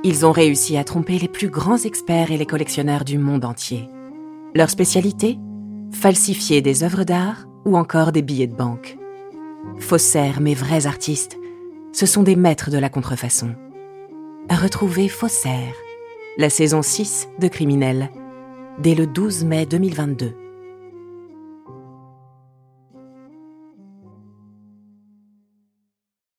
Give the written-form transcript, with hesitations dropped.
Ils ont réussi à tromper les plus grands experts et les collectionneurs du monde entier. Leur spécialité ? Falsifier des œuvres d'art ou encore des billets de banque. Faussaires, mais vrais artistes, ce sont des maîtres de la contrefaçon. Retrouvez Faussaires, la saison 6 de Criminels, dès le 12 mai 2022.